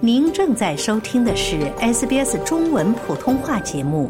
您正在收听的是 SBS 中文普通话节目。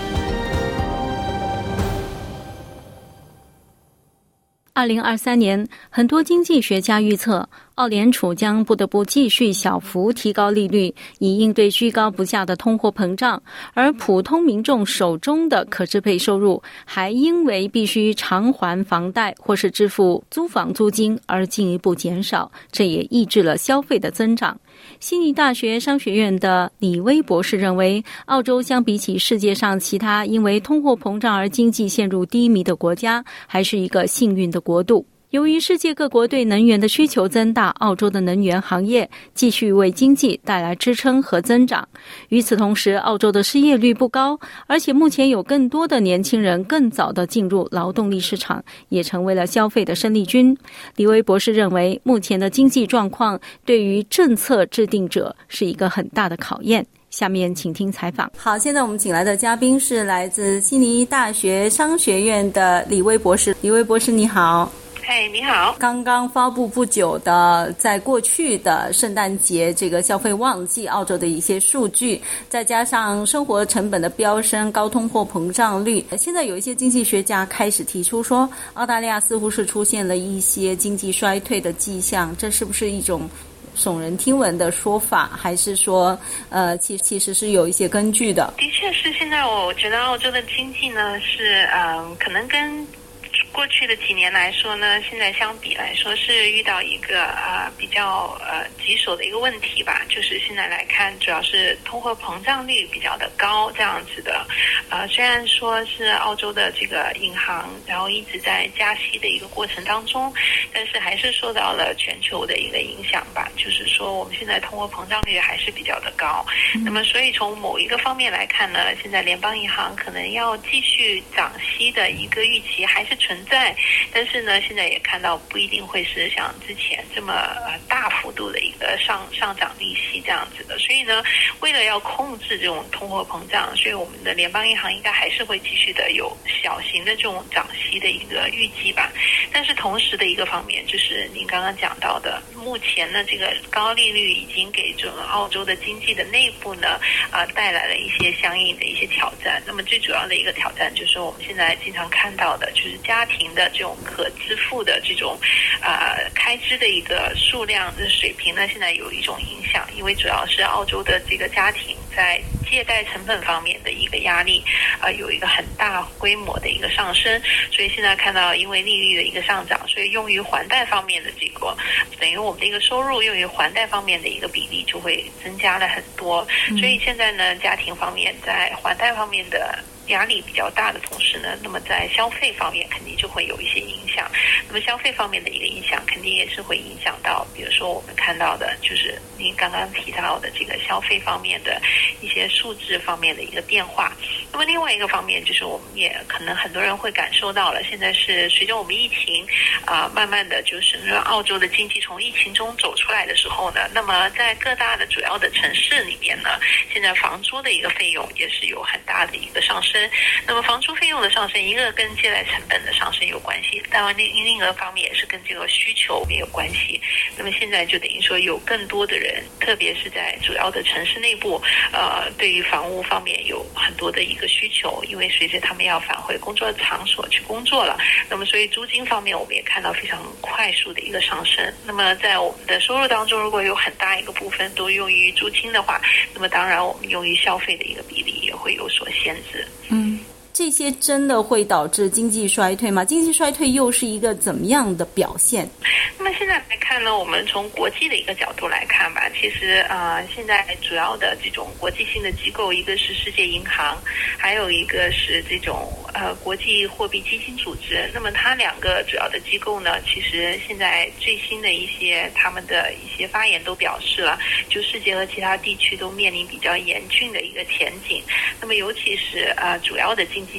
2023年，很多经济学家预测，澳联储将不得不继续小幅提高利率，以应对居高不下的通货膨胀，而普通民众手中的可支配收入还因为必须偿还房贷或是支付租房租金而进一步减少，这也抑制了消费的增长。悉尼大学商学院的李威博士认为，澳洲相比起世界上其他因为通货膨胀而经济陷入低迷的国家，还是一个幸运的国度。由于世界各国对能源的需求增大，澳洲的能源行业继续为经济带来支撑和增长。与此同时，澳洲的失业率不高，而且目前有更多的年轻人更早地进入劳动力市场，也成为了消费的生力军。李威博士认为，目前的经济状况对于政策制定者是一个很大的考验。下面请听采访。好，现在我们请来的嘉宾是来自悉尼大学商学院的李威博士。李威博士，你好。 你好。 刚刚发布不久的，在过去的圣诞节这个消费旺季，澳洲的一些数据，再加上生活成本的飙升、高通货膨胀率，现在有一些经济学家开始提出说，澳大利亚似乎是出现了一些经济衰退的迹象，这是不是一种耸人听闻的说法，还是说其实是有一些根据的？ 的确是，现在我觉得澳洲的经济呢是可能跟过去的几年来说呢，现在相比来说是遇到一个比较棘手的一个问题吧，就是现在来看主要是通货膨胀率比较的高这样子的。虽然说是澳洲的这个银行然后一直在加息的一个过程当中，但是还是受到了全球的一个影响吧，就是说我们现在通货膨胀率还是比较的高。那么所以从某一个方面来看呢，现在联邦银行可能要继续涨息的一个预期还是存在，但是呢现在也看到不一定会是像之前这么大幅度的一个上涨利息这样子的。所以呢为了要控制这种通货膨胀，所以我们的联邦银行应该还是会继续的有小型的这种涨息的一个预计吧。但是同时的一个方面就是您刚刚讲到的，目前呢这个高利率已经给这种澳洲的经济的内部呢带来了一些相应的一些挑战。那么最主要的一个挑战就是我们现在经常看到的，就是家庭的这种可支付的这种开支的一个数量的水平呢，现在有一种影响，因为主要是澳洲的这个家庭在借贷成本方面的一个压力有一个很大规模的一个上升，所以现在看到因为利率的一个上涨，所以用于还贷方面的这个等于我们的一个收入用于还贷方面的一个比例就会增加了很多。所以现在呢家庭方面在还贷方面的压力比较大的同时呢，那么在消费方面肯定就会有一些影响。那么消费方面的一个影响肯定也是会影响到，比如说我们看到的就是您刚刚提到的这个消费方面的一些数字方面的一个变化。那么另外一个方面就是我们也可能很多人会感受到了，现在是随着我们疫情慢慢的就是说澳洲的经济从疫情中走出来的时候呢，那么在各大的主要的城市里面呢，现在房租的一个费用也是有很大的一个上升。那么房租费用的上升，一个跟借贷成本的上升有关系，当然另一个方面也是跟这个需求也有关系。那么现在就等于说有更多的人，特别是在主要的城市内部对于房屋方面有很多的一个需求，因为随着他们要返回工作场所去工作了，那么所以租金方面我们也看到非常快速的一个上升。那么在我们的收入当中，如果有很大一个部分都用于租金的话，那么当然我们用于消费的一个比例也会有所限制。 这些真的会导致经济衰退吗？经济衰退又是一个怎么样的表现？ 那么现在来看呢，我们从国际的一个角度来看吧，其实现在主要的这种国际性的机构，一个是世界银行，还有一个是这种国际货币基金组织。那么它两个主要的机构呢，其实现在最新的一些他们的一些发言都表示了，就世界和其他地区都面临比较严峻的一个前景。那么尤其是主要的经济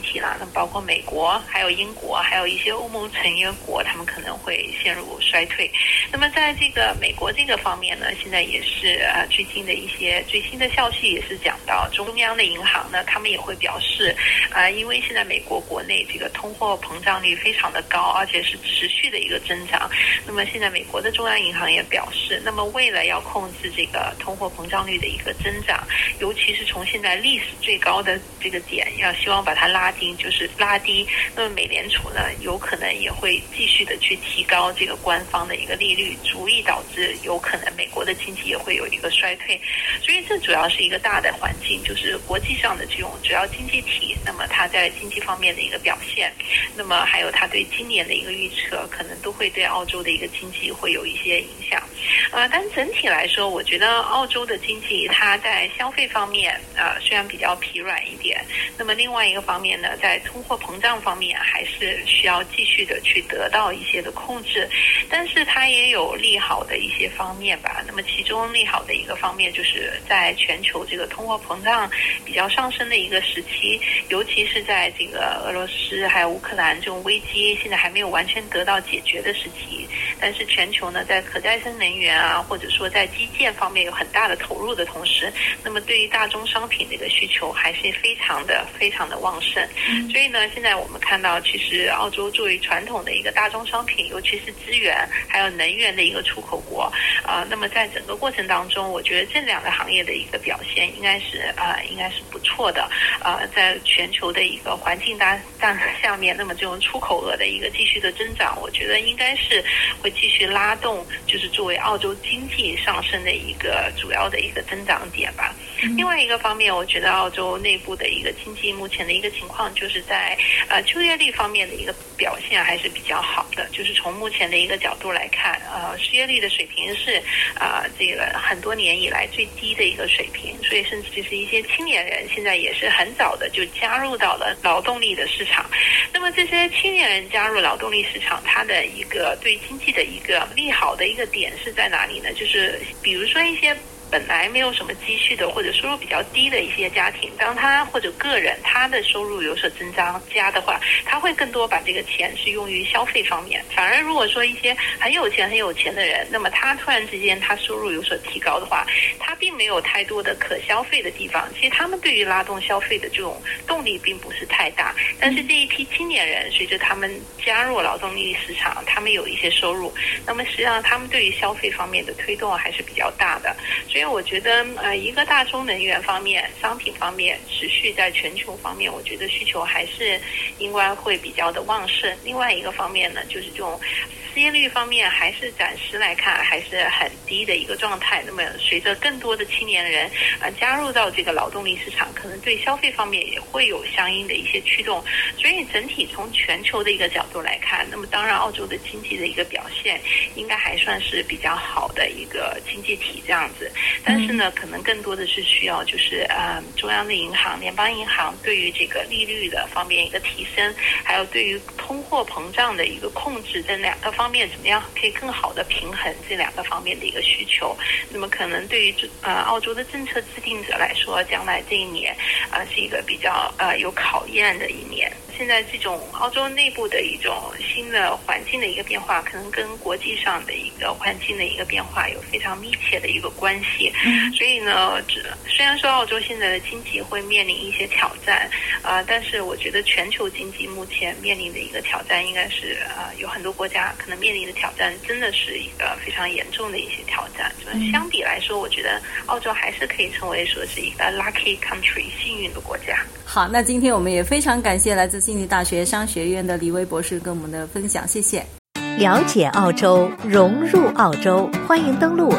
体啦，那包括美国、还有英国、还有一些欧盟成员国，他们可能会陷入衰退。那么在这个美国这个方面呢，现在也是最近的一些最新的消息也是讲到，中央的银行呢，他们也会表示，因为现在美国国内这个通货膨胀率非常的高，而且是持续的一个增长。那么现在美国的中央银行也表示，那么为了要控制这个通货膨胀率的一个增长，尤其是从现在历史最高的这个点，要希望把它拉低，就是拉低。那么美联储呢，有可能也会继续的去提高这个官方的一个利率，足以导致有可能美国的经济也会有一个衰退。所以这主要是一个大的环境，就是国际上的这种主要经济体，那么它在经济方面的一个表现，那么还有它对今年的一个预测，可能都会对澳洲的一个经济会有一些影响。但整体来说，我觉得澳洲的经济它在消费方面虽然比较疲软一点，那么另外一个方面呢，在通货膨胀方面还是需要继续的去得到一些的控制，但是它也有利好的一些方面吧。那么其中利好的一个方面就是在全球这个通货膨胀比较上升的一个时期，尤其是在这个俄罗斯还有乌克兰这种危机现在还没有完全得到解决的时期，但是全球呢在可再生能源或者说在基建方面有很大的投入的同时，那么对于大宗商品的一个需求还是非常的旺盛。所以呢，现在我们看到其实澳洲作为传统的一个大宗商品，尤其是资源还有能源的一个出口国，那么在整个过程当中，我觉得这两个行业的一个表现应该是不错的。在全球的一个环境下面，那么这种出口额的一个继续的增长，我觉得应该是会继续拉动，就是作为澳洲经济上升的一个主要的一个增长点吧。另外一个方面，我觉得澳洲内部的一个经济目前的一个情况，就是在就业率方面的一个表现还是比较好的。就是从目前的一个角度来看，失业率的水平是这个很多年以来最低的一个水平，所以甚至就是一些青年人现在也是很早的就加入到了劳动力的市场。那么这些青年人加入劳动力市场，它的一个对经济的一个利好的一个点是在哪里呢？就是比如说一些本来没有什么积蓄的或者收入比较低的一些家庭，当他或者个人他的收入有所增加的话，他会更多把这个钱是用于消费方面。反而如果说一些很有钱的人，那么他突然之间他收入有所提高的话，他并没有太多的可消费的地方，其实他们对于拉动消费的这种动力并不是太大。但是这一批青年人随着他们加入劳动力市场，他们有一些收入，那么实际上他们对于消费方面的推动还是比较大的。所以我觉得一个大宗能源方面、商品方面持续在全球方面，我觉得需求还是应该会比较的旺盛。另外一个方面呢，就是这种失业率方面还是暂时来看还是很低的一个状态。那么随着更多的青年人加入到这个劳动力市场，可能对消费方面也会有相应的一些驱动。所以整体从全球的一个角度来看，那么当然澳洲的经济的一个表现应该还算是比较好的一个经济体这样子。但是呢，可能更多的是需要就是中央的银行、联邦银行对于这个利率的方面一个提升，还有对于通货膨胀的一个控制，这两个方面怎么样可以更好的平衡这两个方面的一个需求。那么可能对于澳洲的政策制定者来说，将来这一年是一个比较有考验的一年。现在这种澳洲内部的一种新的环境的一个变化，可能跟国际上的一个环境的一个变化有非常密切的一个关系。所以呢，虽然说澳洲现在的经济会面临一些挑战，但是我觉得全球经济目前面临的一个挑战，应该是有很多国家可能面临的挑战，真的是一个非常严重的一些挑战。相比来说，我觉得澳洲还是可以称为说是一个 lucky country 幸运的国家。 好，那今天我们也非常感谢来自悉尼大学商学院的李薇博士跟我们的分享，谢谢。 了解澳洲，融入澳洲，欢迎登录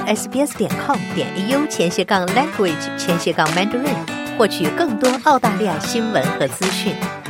sbs.com.au/language/mandarin 获取更多澳大利亚新闻和资讯。